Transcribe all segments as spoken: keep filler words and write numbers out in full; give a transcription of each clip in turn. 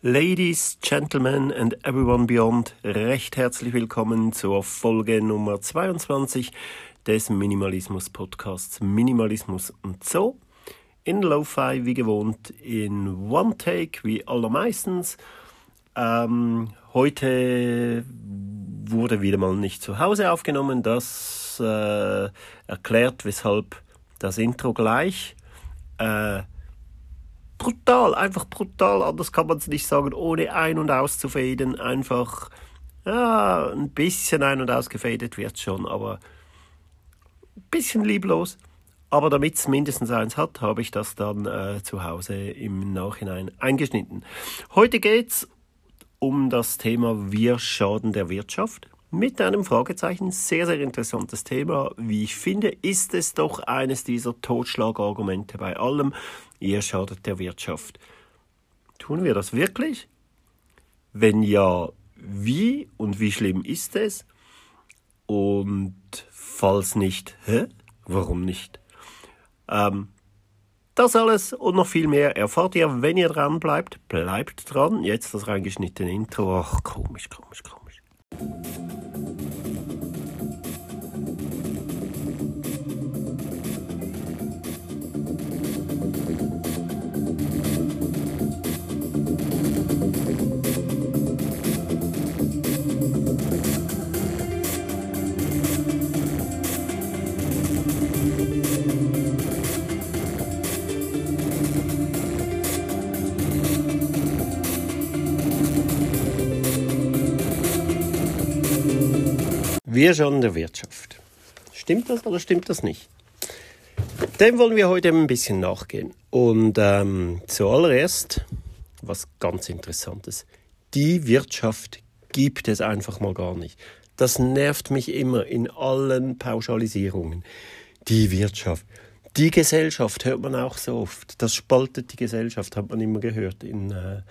Ladies, Gentlemen and everyone beyond, recht herzlich willkommen zur Folge Nummer zweiundzwanzig des Minimalismus-Podcasts Minimalismus und so. In Lo-Fi, wie gewohnt, in One Take, wie allermeistens. Ähm, heute wurde wieder mal nicht zu Hause aufgenommen. Das äh, erklärt, weshalb das Intro gleich äh, brutal, einfach brutal, anders kann man es nicht sagen, ohne ein- und auszufaden, einfach, ja, ein bisschen ein- und ausgefadet wird schon, aber ein bisschen lieblos. Aber damit es mindestens eins hat, habe ich das dann äh, zu Hause im Nachhinein eingeschnitten. Heute geht's um das Thema Wir schaden der Wirtschaft. Mit einem Fragezeichen, sehr, sehr interessantes Thema. Wie ich finde, ist es doch eines dieser Totschlagargumente bei allem. Ihr schadet der Wirtschaft. Tun wir das wirklich? Wenn ja, wie und wie schlimm ist es? Und falls nicht, hä? Warum nicht? Ähm, das alles und noch viel mehr erfahrt ihr, wenn ihr dran bleibt. Bleibt dran. Jetzt das reingeschnittene Intro. Ach, komisch, komisch, komisch. Wir schaden der Wirtschaft. Stimmt das oder stimmt das nicht? Dem wollen wir heute ein bisschen nachgehen. Und ähm, zuallererst, was ganz Interessantes, die Wirtschaft gibt es einfach mal gar nicht. Das nervt mich immer in allen Pauschalisierungen. Die Wirtschaft. Die Gesellschaft hört man auch so oft. Das spaltet die Gesellschaft, hat man immer gehört in... Äh,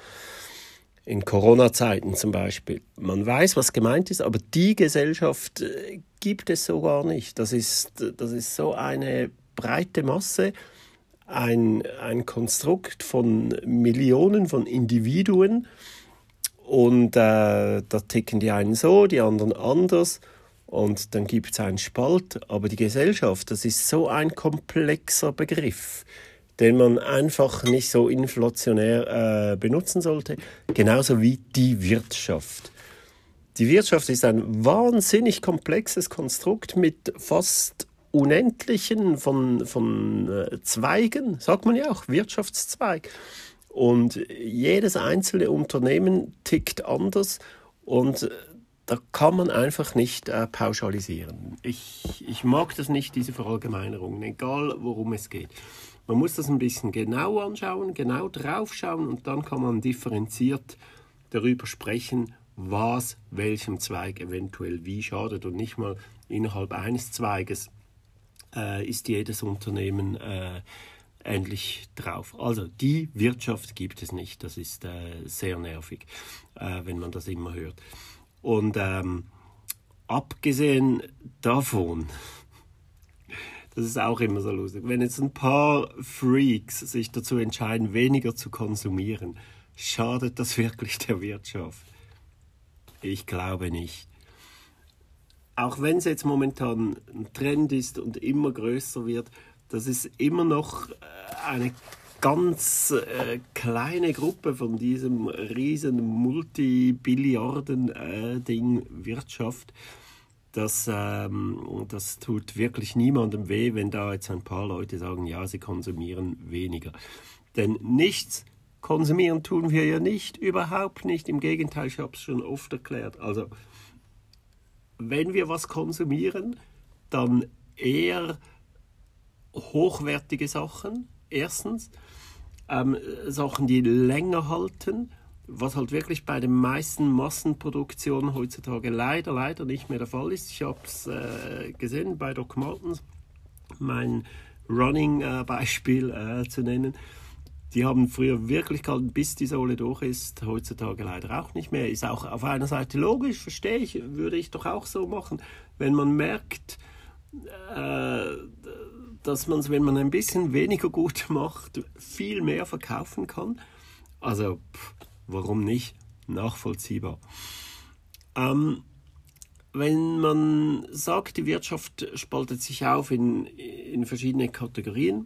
In Corona-Zeiten zum Beispiel. Man weiß, was gemeint ist, aber die Gesellschaft äh, gibt es so gar nicht. Das ist, das ist so eine breite Masse, ein, ein Konstrukt von Millionen von Individuen. Und äh, da ticken die einen so, die anderen anders. Und dann gibt es einen Spalt. Aber die Gesellschaft, das ist so ein komplexer Begriff, den man einfach nicht so inflationär äh, benutzen sollte, genauso wie die Wirtschaft. Die Wirtschaft ist ein wahnsinnig komplexes Konstrukt mit fast unendlichen von, von äh, Zweigen, sagt man ja auch, Wirtschaftszweig. Und jedes einzelne Unternehmen tickt anders und da kann man einfach nicht äh, pauschalisieren. Ich, ich mag das nicht, diese Verallgemeinerungen, egal worum es geht. Man muss das ein bisschen genau anschauen, genau drauf schauen und dann kann man differenziert darüber sprechen, was welchem Zweig eventuell wie schadet. Und nicht mal innerhalb eines Zweiges äh, ist jedes Unternehmen äh, ähnlich drauf. Also die Wirtschaft gibt es nicht. Das ist äh, sehr nervig, äh, wenn man das immer hört. Und ähm, abgesehen davon... Das ist auch immer so lustig. Wenn jetzt ein paar Freaks sich dazu entscheiden, weniger zu konsumieren, schadet das wirklich der Wirtschaft? Ich glaube nicht. Auch wenn es jetzt momentan ein Trend ist und immer größer wird, das ist immer noch eine ganz äh, kleine Gruppe von diesem riesen Multibilliarden-Ding Wirtschaft. Das, ähm, das tut wirklich niemandem weh, wenn da jetzt ein paar Leute sagen, ja, sie konsumieren weniger. Denn nichts konsumieren tun wir ja nicht, überhaupt nicht. Im Gegenteil, ich habe es schon oft erklärt. Also, wenn wir was konsumieren, dann eher hochwertige Sachen, erstens. Ähm, Sachen, die länger halten, was halt wirklich bei den meisten Massenproduktionen heutzutage leider, leider nicht mehr der Fall ist. Ich habe es äh, gesehen bei Doc Martens, mein Running-Beispiel äh, äh, zu nennen. Die haben früher wirklich gehalten, bis die Sohle durch ist, heutzutage leider auch nicht mehr. Ist auch auf einer Seite logisch, verstehe ich, würde ich doch auch so machen. Wenn man merkt, äh, dass man es, wenn man ein bisschen weniger gut macht, viel mehr verkaufen kann. Also, pff, warum nicht? Nachvollziehbar. Ähm, wenn man sagt, die Wirtschaft spaltet sich auf in, in verschiedene Kategorien,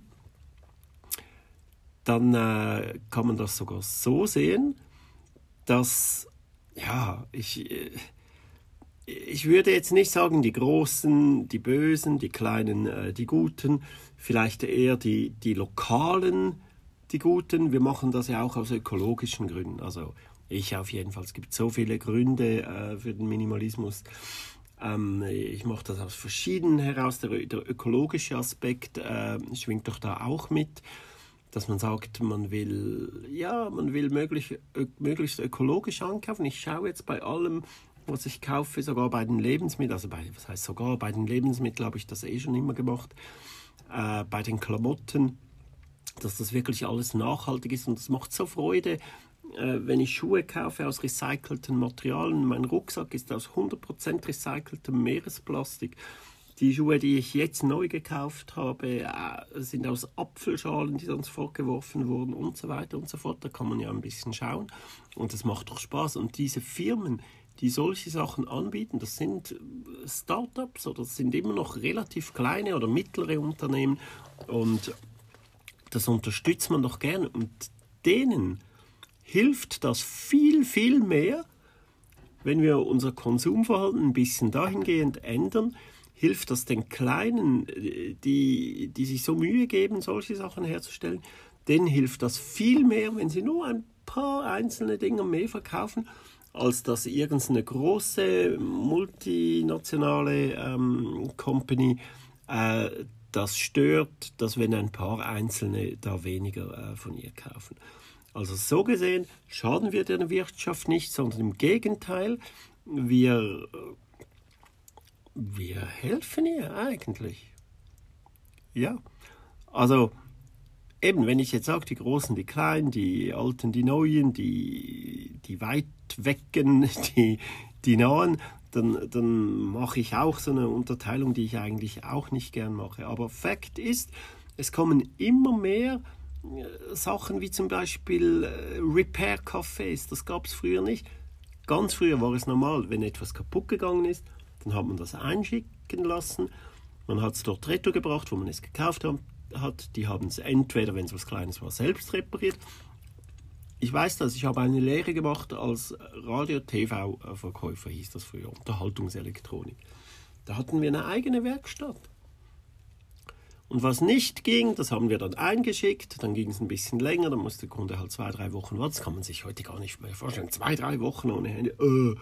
dann äh, kann man das sogar so sehen, dass, ja, ich, ich würde jetzt nicht sagen, die Großen, die Bösen, die Kleinen, äh, die Guten, vielleicht eher die, die Lokalen, die Guten. Wir machen das ja auch aus ökologischen Gründen. Also ich auf jeden Fall. Es gibt so viele Gründe äh, für den Minimalismus. Ähm, ich mache das aus verschiedenen heraus. Der, der ökologische Aspekt äh, schwingt doch da auch mit, dass man sagt, man will, ja, man will möglich, ö, möglichst ökologisch ankaufen. Ich schaue jetzt bei allem, was ich kaufe, sogar bei den Lebensmitteln, also bei, was heißt sogar, bei den Lebensmitteln habe ich das eh schon immer gemacht, äh, bei den Klamotten, dass das wirklich alles nachhaltig ist und es macht so Freude, äh, wenn ich Schuhe kaufe aus recycelten Materialien. Mein Rucksack ist aus hundert Prozent recyceltem Meeresplastik. Die Schuhe, die ich jetzt neu gekauft habe, äh, sind aus Apfelschalen, die sonst fortgeworfen wurden und so weiter und so fort. Da kann man ja ein bisschen schauen und das macht doch Spaß. Und diese Firmen, die solche Sachen anbieten, das sind Startups oder das sind immer noch relativ kleine oder mittlere Unternehmen und das unterstützt man doch gerne. Und denen hilft das viel, viel mehr, wenn wir unser Konsumverhalten ein bisschen dahingehend ändern, hilft das den Kleinen, die, die sich so Mühe geben, solche Sachen herzustellen, denen hilft das viel mehr, wenn sie nur ein paar einzelne Dinge mehr verkaufen, als dass irgendeine große multinationale ähm, Company äh, das stört, dass wenn ein paar Einzelne da weniger äh, von ihr kaufen. Also so gesehen schaden wir der Wirtschaft nicht, sondern im Gegenteil, wir Wir helfen ihr eigentlich. Ja, also eben, wenn ich jetzt sage, die Großen, die Kleinen, die Alten, die Neuen, die, die weit wecken, die, die Nahen, dann, dann mache ich auch so eine Unterteilung, die ich eigentlich auch nicht gern mache. Aber Fakt ist, es kommen immer mehr Sachen wie zum Beispiel Repair-Cafés, das gab es früher nicht. Ganz früher war es normal, wenn etwas kaputt gegangen ist, dann hat man das einschicken lassen, man hat es dort retour gebracht, wo man es gekauft hat. Die haben es entweder, wenn es was Kleines war, selbst repariert. Ich weiß das, ich habe eine Lehre gemacht als Radio-T V-Verkäufer, hieß das früher, Unterhaltungselektronik. Da hatten wir eine eigene Werkstatt. Und was nicht ging, das haben wir dann eingeschickt, dann ging es ein bisschen länger, dann musste der Kunde halt zwei, drei Wochen warten. Das kann man sich heute gar nicht mehr vorstellen. Zwei, drei Wochen ohne Handy. Äh.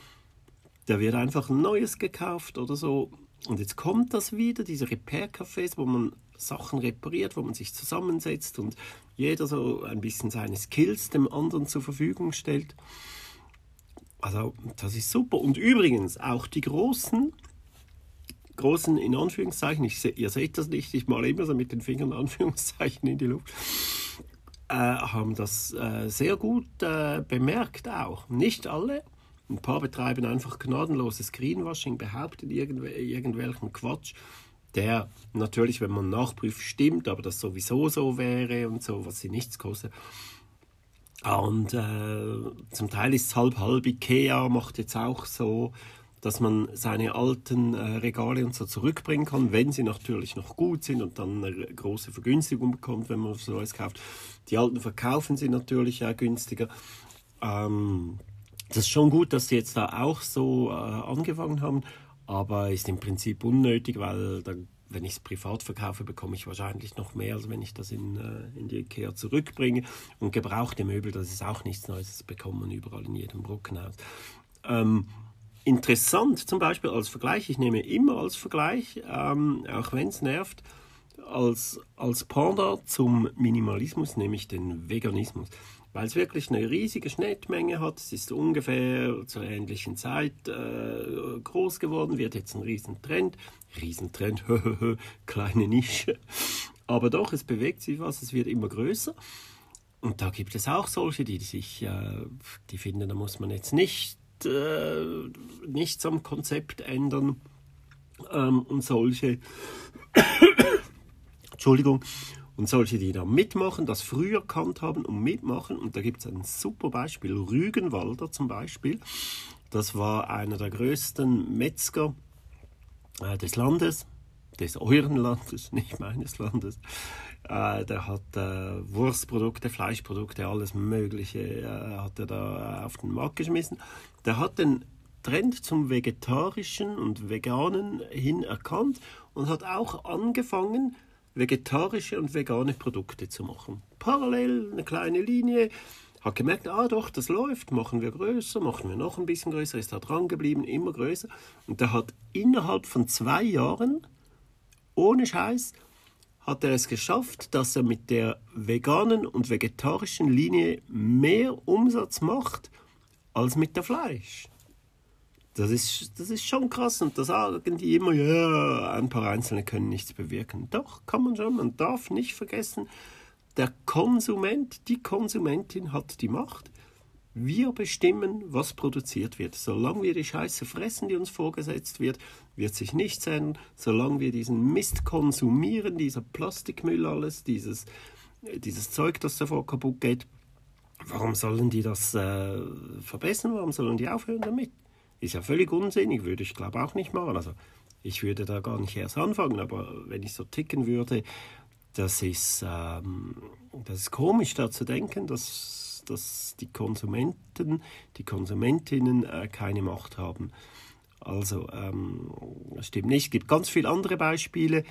Da wird einfach ein neues gekauft oder so. Und jetzt kommt das wieder, diese Repair-Cafés, wo man Sachen repariert, wo man sich zusammensetzt und jeder so ein bisschen seine Skills dem anderen zur Verfügung stellt. Also das ist super. Und übrigens, auch die Großen, Großen in Anführungszeichen, ich se, ihr seht das nicht, ich male immer so mit den Fingern Anführungszeichen in die Luft, äh, haben das äh, sehr gut äh, bemerkt auch. Nicht alle. Ein paar betreiben einfach gnadenloses Greenwashing, behaupten irgendw- irgendwelchen Quatsch, der natürlich, wenn man nachprüft, stimmt, aber das sowieso so wäre und so, was sie nichts kostet. Und äh, zum Teil ist es halb-halb. Ikea macht jetzt auch so, dass man seine alten äh, Regale und so zurückbringen kann, wenn sie natürlich noch gut sind und dann eine große Vergünstigung bekommt, wenn man so etwas kauft. Die alten verkaufen sie natürlich auch günstiger. Ähm, Das ist schon gut, dass sie jetzt da auch so äh, angefangen haben, aber ist im Prinzip unnötig, weil dann, wenn ich es privat verkaufe, bekomme ich wahrscheinlich noch mehr, als wenn ich das in, äh, in die Ikea zurückbringe. Und gebrauchte Möbel, das ist auch nichts Neues, das bekommt man überall in jedem Brockenhaus. Ähm, interessant zum Beispiel als Vergleich, ich nehme immer als Vergleich, ähm, auch wenn es nervt, als, als Pendant zum Minimalismus nehme ich den Veganismus. Weil es wirklich eine riesige Schnittmenge hat. Es ist ungefähr zur ähnlichen Zeit äh, groß geworden, wird jetzt ein Riesentrend. Riesentrend, kleine Nische. Aber doch, es bewegt sich was, es wird immer größer. Und da gibt es auch solche, die sich, äh, die finden, da muss man jetzt nicht äh, nichts am Konzept ändern. Ähm, und solche, Entschuldigung, Und solche, die da mitmachen, das früh erkannt haben und mitmachen, und da gibt es ein super Beispiel, Rügenwalder zum Beispiel, das war einer der größten Metzger äh, des Landes, des euren Landes, nicht meines Landes. Äh, der hat äh, Wurstprodukte, Fleischprodukte, alles Mögliche äh, hat er da auf den Markt geschmissen. Der hat den Trend zum Vegetarischen und Veganen hin erkannt und hat auch angefangen, vegetarische und vegane Produkte zu machen. Parallel eine kleine Linie, hat gemerkt, ah doch, das läuft, machen wir größer, machen wir noch ein bisschen größer, ist da dran geblieben, immer größer. Und der hat innerhalb von zwei Jahren, ohne Scheiß, hat er es geschafft, dass er mit der veganen und vegetarischen Linie mehr Umsatz macht als mit der Fleisch. Das ist, das ist schon krass, und da sagen die immer, ja, ein paar Einzelne können nichts bewirken. Doch, kann man schon, man darf nicht vergessen, der Konsument, die Konsumentin hat die Macht. Wir bestimmen, was produziert wird. Solange wir die Scheiße fressen, die uns vorgesetzt wird, wird sich nichts ändern. Solange wir diesen Mist konsumieren, dieser Plastikmüll alles, dieses, dieses Zeug, das davor kaputt geht, warum sollen die das äh, verbessern? Warum sollen die aufhören damit? Ist ja völlig unsinnig, würde ich glaube auch nicht machen. Also ich würde da gar nicht erst anfangen, aber wenn ich so ticken würde, das ist, ähm, das ist komisch, da zu denken, dass, dass die Konsumenten, die Konsumentinnen äh, keine Macht haben. Also, ähm, das stimmt nicht. Es gibt ganz viele andere Beispiele.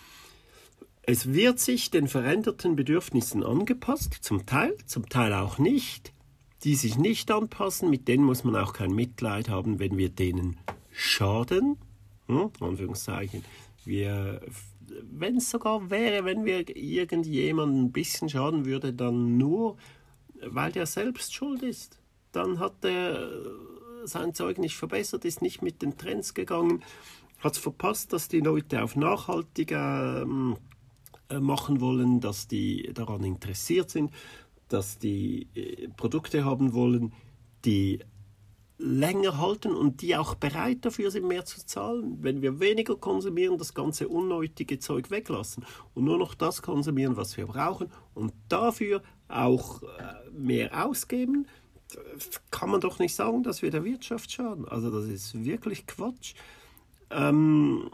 Es wird sich den veränderten Bedürfnissen angepasst, zum Teil, zum Teil auch nicht. Die sich nicht anpassen, mit denen muss man auch kein Mitleid haben, wenn wir denen schaden. Hm, Anführungszeichen. Wir, wenn es sogar wäre, wenn wir irgendjemandem ein bisschen schaden würde, dann nur, weil der selbst schuld ist. Dann hat er sein Zeug nicht verbessert, ist nicht mit den Trends gegangen, hat es verpasst, dass die Leute auf nachhaltiger ähm, machen wollen, dass die daran interessiert sind, dass die äh, Produkte haben wollen, die länger halten und die auch bereit dafür sind, mehr zu zahlen. Wenn wir weniger konsumieren, das ganze unnötige Zeug weglassen und nur noch das konsumieren, was wir brauchen und dafür auch äh, mehr ausgeben, kann man doch nicht sagen, dass wir der Wirtschaft schaden. Also das ist wirklich Quatsch. Ähm,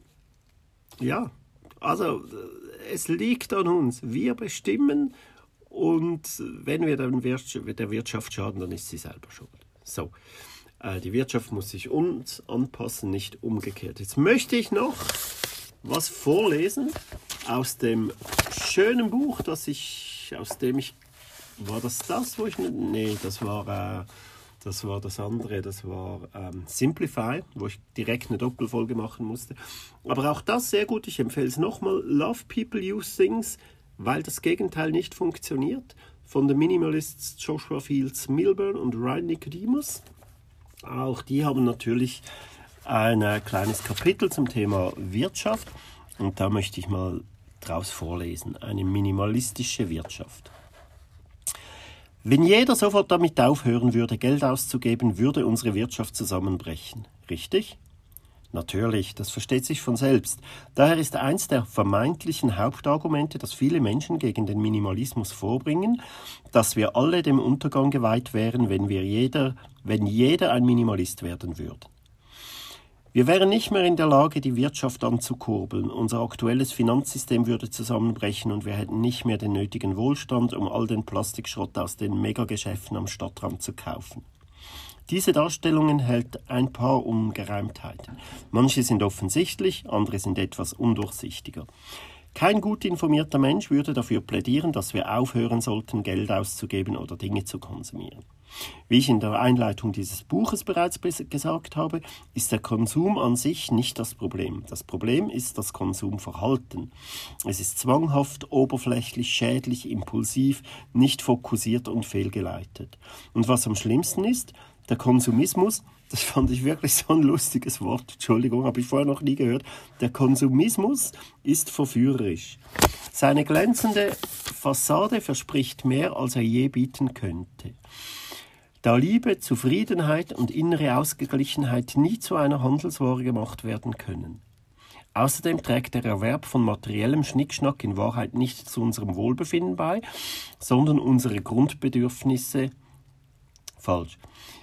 ja, also es liegt an uns. Wir bestimmen, und wenn wir der Wirtschaft schaden, dann ist sie selber schuld. So, äh, die Wirtschaft muss sich uns anpassen, nicht umgekehrt. Jetzt möchte ich noch was vorlesen aus dem schönen Buch, das ich, aus dem ich, war das das, wo ich, nee, das war, äh, das war das andere, das war ähm, Simplify, wo ich direkt eine Doppelfolge machen musste. Aber auch das sehr gut, ich empfehle es nochmal, Love People Use Things, weil das Gegenteil nicht funktioniert, von den Minimalists Joshua Fields Milburn und Ryan Nicodemus. Auch die haben natürlich ein kleines Kapitel zum Thema Wirtschaft, und da möchte ich mal draus vorlesen. Eine minimalistische Wirtschaft. Wenn jeder sofort damit aufhören würde, Geld auszugeben, würde unsere Wirtschaft zusammenbrechen. Richtig? Natürlich, das versteht sich von selbst. Daher ist eins der vermeintlichen Hauptargumente, das viele Menschen gegen den Minimalismus vorbringen, dass wir alle dem Untergang geweiht wären, wenn wir jeder, wenn jeder ein Minimalist werden würde. Wir wären nicht mehr in der Lage, die Wirtschaft anzukurbeln. Unser aktuelles Finanzsystem würde zusammenbrechen und wir hätten nicht mehr den nötigen Wohlstand, um all den Plastikschrott aus den Megageschäften am Stadtrand zu kaufen. Diese Darstellung enthält ein paar Ungereimtheiten. Manche sind offensichtlich, andere sind etwas undurchsichtiger. Kein gut informierter Mensch würde dafür plädieren, dass wir aufhören sollten, Geld auszugeben oder Dinge zu konsumieren. Wie ich in der Einleitung dieses Buches bereits gesagt habe, ist der Konsum an sich nicht das Problem. Das Problem ist das Konsumverhalten. Es ist zwanghaft, oberflächlich, schädlich, impulsiv, nicht fokussiert und fehlgeleitet. Und was am schlimmsten ist, der Konsumismus, das fand ich wirklich so ein lustiges Wort, Entschuldigung, habe ich vorher noch nie gehört. Der Konsumismus ist verführerisch. Seine glänzende Fassade verspricht mehr, als er je bieten könnte. Da Liebe, Zufriedenheit und innere Ausgeglichenheit nie zu einer Handelsware gemacht werden können. Außerdem trägt der Erwerb von materiellem Schnickschnack in Wahrheit nicht zu unserem Wohlbefinden bei, sondern unsere Grundbedürfnisse. Falsch.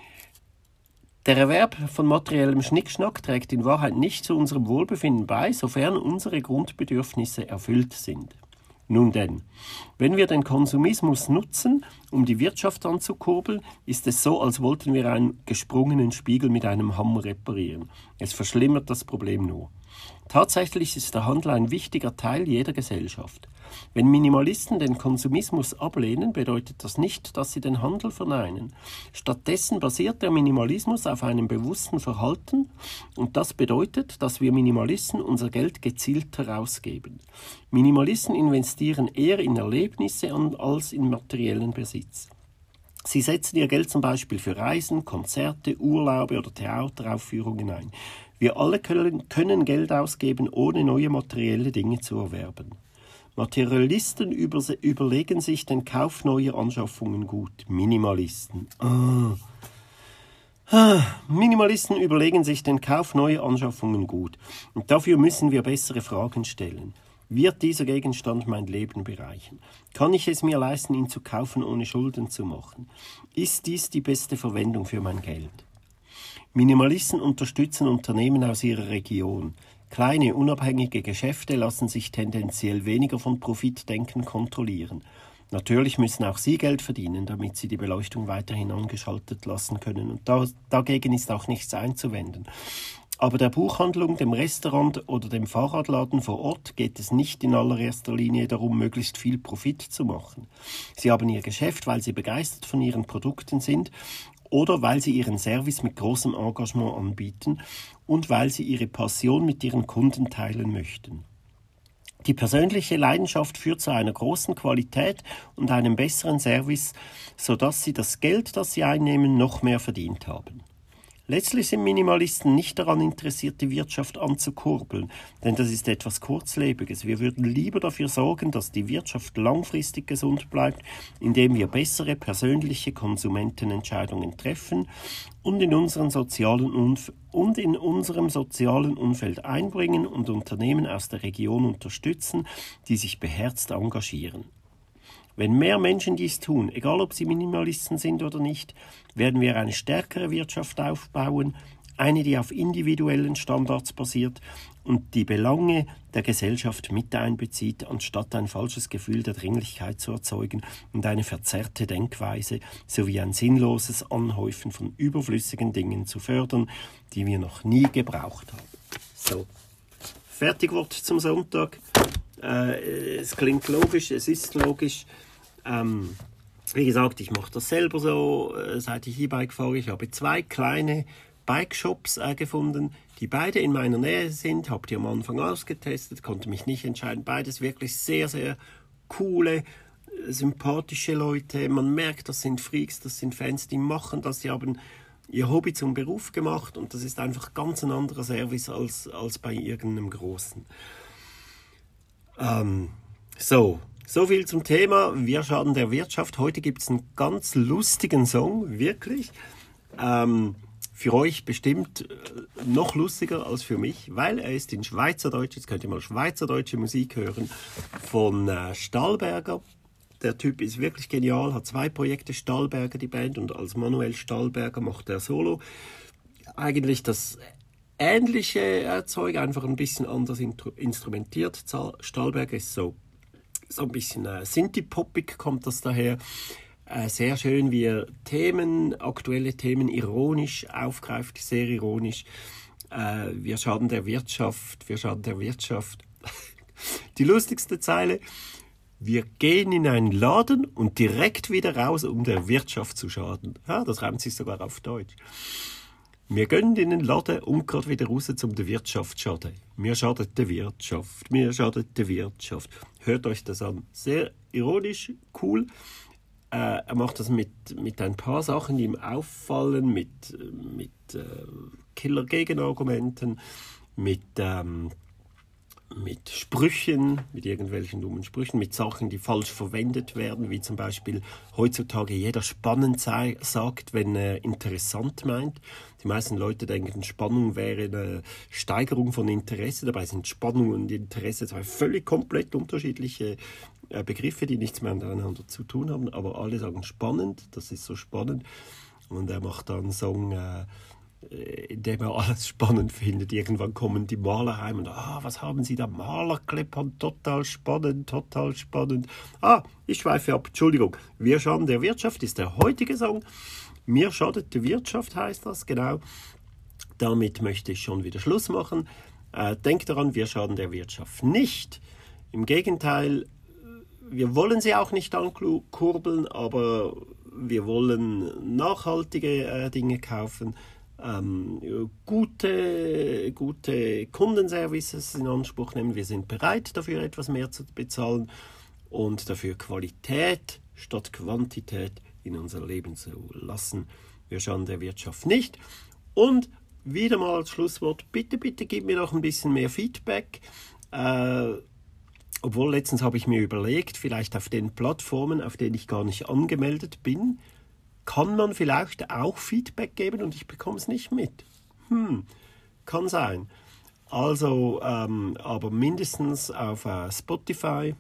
Der Erwerb von materiellem Schnickschnack trägt in Wahrheit nicht zu unserem Wohlbefinden bei, sofern unsere Grundbedürfnisse erfüllt sind. Nun denn, wenn wir den Konsumismus nutzen, um die Wirtschaft anzukurbeln, ist es so, als wollten wir einen gesprungenen Spiegel mit einem Hammer reparieren. Es verschlimmert das Problem nur. Tatsächlich ist der Handel ein wichtiger Teil jeder Gesellschaft. Wenn Minimalisten den Konsumismus ablehnen, bedeutet das nicht, dass sie den Handel verneinen. Stattdessen basiert der Minimalismus auf einem bewussten Verhalten und das bedeutet, dass wir Minimalisten unser Geld gezielter ausgeben. Minimalisten investieren eher in Erlebnisse als in materiellen Besitz. Sie setzen ihr Geld zum Beispiel für Reisen, Konzerte, Urlaube oder Theateraufführungen ein. Wir alle können, können Geld ausgeben, ohne neue materielle Dinge zu erwerben. Materialisten überse- überlegen sich den Kauf neuer Anschaffungen gut. Minimalisten. Ah. Ah. Minimalisten überlegen sich den Kauf neuer Anschaffungen gut. Und dafür müssen wir bessere Fragen stellen. Wird dieser Gegenstand mein Leben bereichern? Kann ich es mir leisten, ihn zu kaufen, ohne Schulden zu machen? Ist dies die beste Verwendung für mein Geld? Minimalisten unterstützen Unternehmen aus ihrer Region. Kleine, unabhängige Geschäfte lassen sich tendenziell weniger von Profitdenken kontrollieren. Natürlich müssen auch sie Geld verdienen, damit sie die Beleuchtung weiterhin angeschaltet lassen können. Und da, dagegen ist auch nichts einzuwenden. Aber der Buchhandlung, dem Restaurant oder dem Fahrradladen vor Ort geht es nicht in allererster Linie darum, möglichst viel Profit zu machen. Sie haben ihr Geschäft, weil sie begeistert von ihren Produkten sind oder weil sie ihren Service mit großem Engagement anbieten und weil sie ihre Passion mit ihren Kunden teilen möchten. Die persönliche Leidenschaft führt zu einer großen Qualität und einem besseren Service, sodass sie das Geld, das sie einnehmen, noch mehr verdient haben. Letztlich sind Minimalisten nicht daran interessiert, die Wirtschaft anzukurbeln, denn das ist etwas Kurzlebiges. Wir würden lieber dafür sorgen, dass die Wirtschaft langfristig gesund bleibt, indem wir bessere persönliche Konsumentenentscheidungen treffen und in, unseren sozialen Umf- und in unserem sozialen Umfeld einbringen und Unternehmen aus der Region unterstützen, die sich beherzt engagieren. Wenn mehr Menschen dies tun, egal ob sie Minimalisten sind oder nicht, werden wir eine stärkere Wirtschaft aufbauen, eine, die auf individuellen Standards basiert und die Belange der Gesellschaft mit einbezieht, anstatt ein falsches Gefühl der Dringlichkeit zu erzeugen und eine verzerrte Denkweise sowie ein sinnloses Anhäufen von überflüssigen Dingen zu fördern, die wir noch nie gebraucht haben. So, Fertigwort zum Sonntag. Äh, es klingt logisch, es ist logisch. Ähm, wie gesagt, ich mache das selber so, äh, seit ich E-Bike fahre. Ich habe zwei kleine Bike-Shops äh, gefunden, die beide in meiner Nähe sind. Habe die am Anfang ausgetestet, konnte mich nicht entscheiden. Beides wirklich sehr, sehr coole, sympathische Leute. Man merkt, das sind Freaks, das sind Fans, die machen das. Die haben ihr Hobby zum Beruf gemacht und das ist einfach ganz ein anderer Service als, als bei irgendeinem Großen. Ähm, so, so viel zum Thema Wir schaden der Wirtschaft. Heute gibt es einen ganz lustigen Song, wirklich. Ähm, für euch bestimmt noch lustiger als für mich, weil er ist in Schweizerdeutsch. Jetzt könnt ihr mal schweizerdeutsche Musik hören von äh, Stallberger. Der Typ ist wirklich genial, hat zwei Projekte, Stallberger, die Band, und als Manuel Stallberger macht er Solo. Eigentlich das ähnliche Zeug, einfach ein bisschen anders instrumentiert. Stallberger ist so, so ein bisschen äh, Synthie-poppig, kommt das daher. Äh, sehr schön, wie er Themen, aktuelle Themen ironisch aufgreift, sehr ironisch. Äh, wir schaden der Wirtschaft, wir schaden der Wirtschaft. Die lustigste Zeile: Wir gehen in einen Laden und direkt wieder raus, um der Wirtschaft zu schaden. Ja, das reimt sich sogar auf Deutsch. Wir gehen in den Laden und gerade wieder raus, um der Wirtschaft zu schaden. Mir schadet der Wirtschaft, mir schadet der Wirtschaft. Hört euch das an. Sehr ironisch, cool. Äh, er macht das mit, mit ein paar Sachen, die ihm auffallen, mit, mit äh, Killer-Gegenargumenten, mit, ähm, mit Sprüchen, mit irgendwelchen dummen Sprüchen, mit Sachen, die falsch verwendet werden, wie zum Beispiel heutzutage jeder spannend sei, sagt, wenn er interessant meint. Die meisten Leute denken, Spannung wäre eine Steigerung von Interesse. Dabei sind Spannung und Interesse zwei völlig komplett unterschiedliche äh, Begriffe, die nichts mehr miteinander zu tun haben. Aber alle sagen spannend, das ist so spannend. Und er macht dann einen Song, äh, in dem er alles spannend findet. Irgendwann kommen die Maler heim und ah, was haben Sie da Malerkleppern? Total spannend, total spannend. Ah, ich schweife ab, Entschuldigung. Wir schaden der Wirtschaft ist der heutige Song. Mir schadet die Wirtschaft heißt das, genau. Damit möchte ich schon wieder Schluss machen. Äh, denkt daran, wir schaden der Wirtschaft nicht. Im Gegenteil, wir wollen sie auch nicht ankurbeln, aber wir wollen nachhaltige äh, Dinge kaufen. Ähm, gute, gute Kundenservices in Anspruch nehmen. Wir sind bereit, dafür etwas mehr zu bezahlen und dafür Qualität statt Quantität in unser Leben zu lassen. Wir schauen der Wirtschaft nicht. Und wieder mal als Schlusswort, bitte, bitte gib mir noch ein bisschen mehr Feedback. Äh, obwohl letztens habe ich mir überlegt, vielleicht auf den Plattformen, auf denen ich gar nicht angemeldet bin, kann man vielleicht auch Feedback geben und ich bekomme es nicht mit. Hm, kann sein. Also, ähm, aber mindestens auf äh, Spotify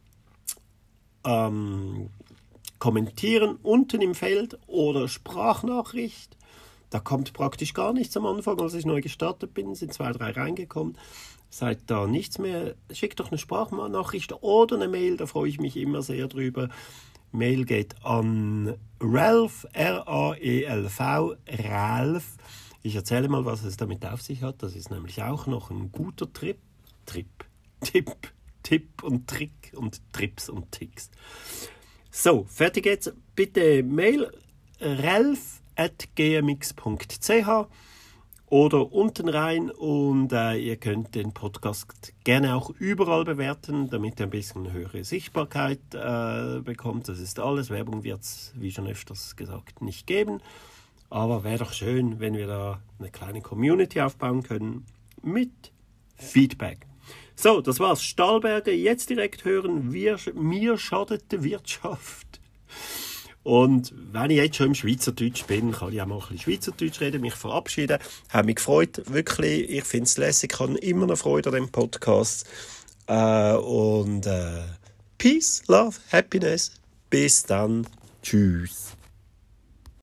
ähm, kommentieren unten im Feld oder Sprachnachricht. Da kommt praktisch gar nichts am Anfang, als ich neu gestartet bin, sind zwei, drei reingekommen. Seit da nichts mehr, schickt doch eine Sprachnachricht oder eine Mail, da freue ich mich immer sehr drüber. Mail geht an Ralph, R A E L V, Ralph. Ich erzähle mal, was es damit auf sich hat. Das ist nämlich auch noch ein guter Trip, Trip, Tipp, Tipp und Trick und Trips und Ticks. So, fertig jetzt. Bitte Mail ralph at g m x punkt c h oder unten rein und äh, ihr könnt den Podcast gerne auch überall bewerten, damit er ein bisschen höhere Sichtbarkeit äh, bekommt. Das ist alles. Werbung wird es, wie schon öfters gesagt, nicht geben. Aber wäre doch schön, wenn wir da eine kleine Community aufbauen können mit Feedback. So, das war's. Stahlberger, jetzt direkt hören. Wir, mir schadet die Wirtschaft. Und wenn ich jetzt schon im Schweizerdeutsch bin, kann ich auch mal ein bisschen Schweizerdeutsch reden, mich verabschieden. Hat mich gefreut, wirklich. Ich finde es lässig, ich habe immer noch Freude an dem Podcast. Äh, und äh, Peace, Love, Happiness. Bis dann. Tschüss.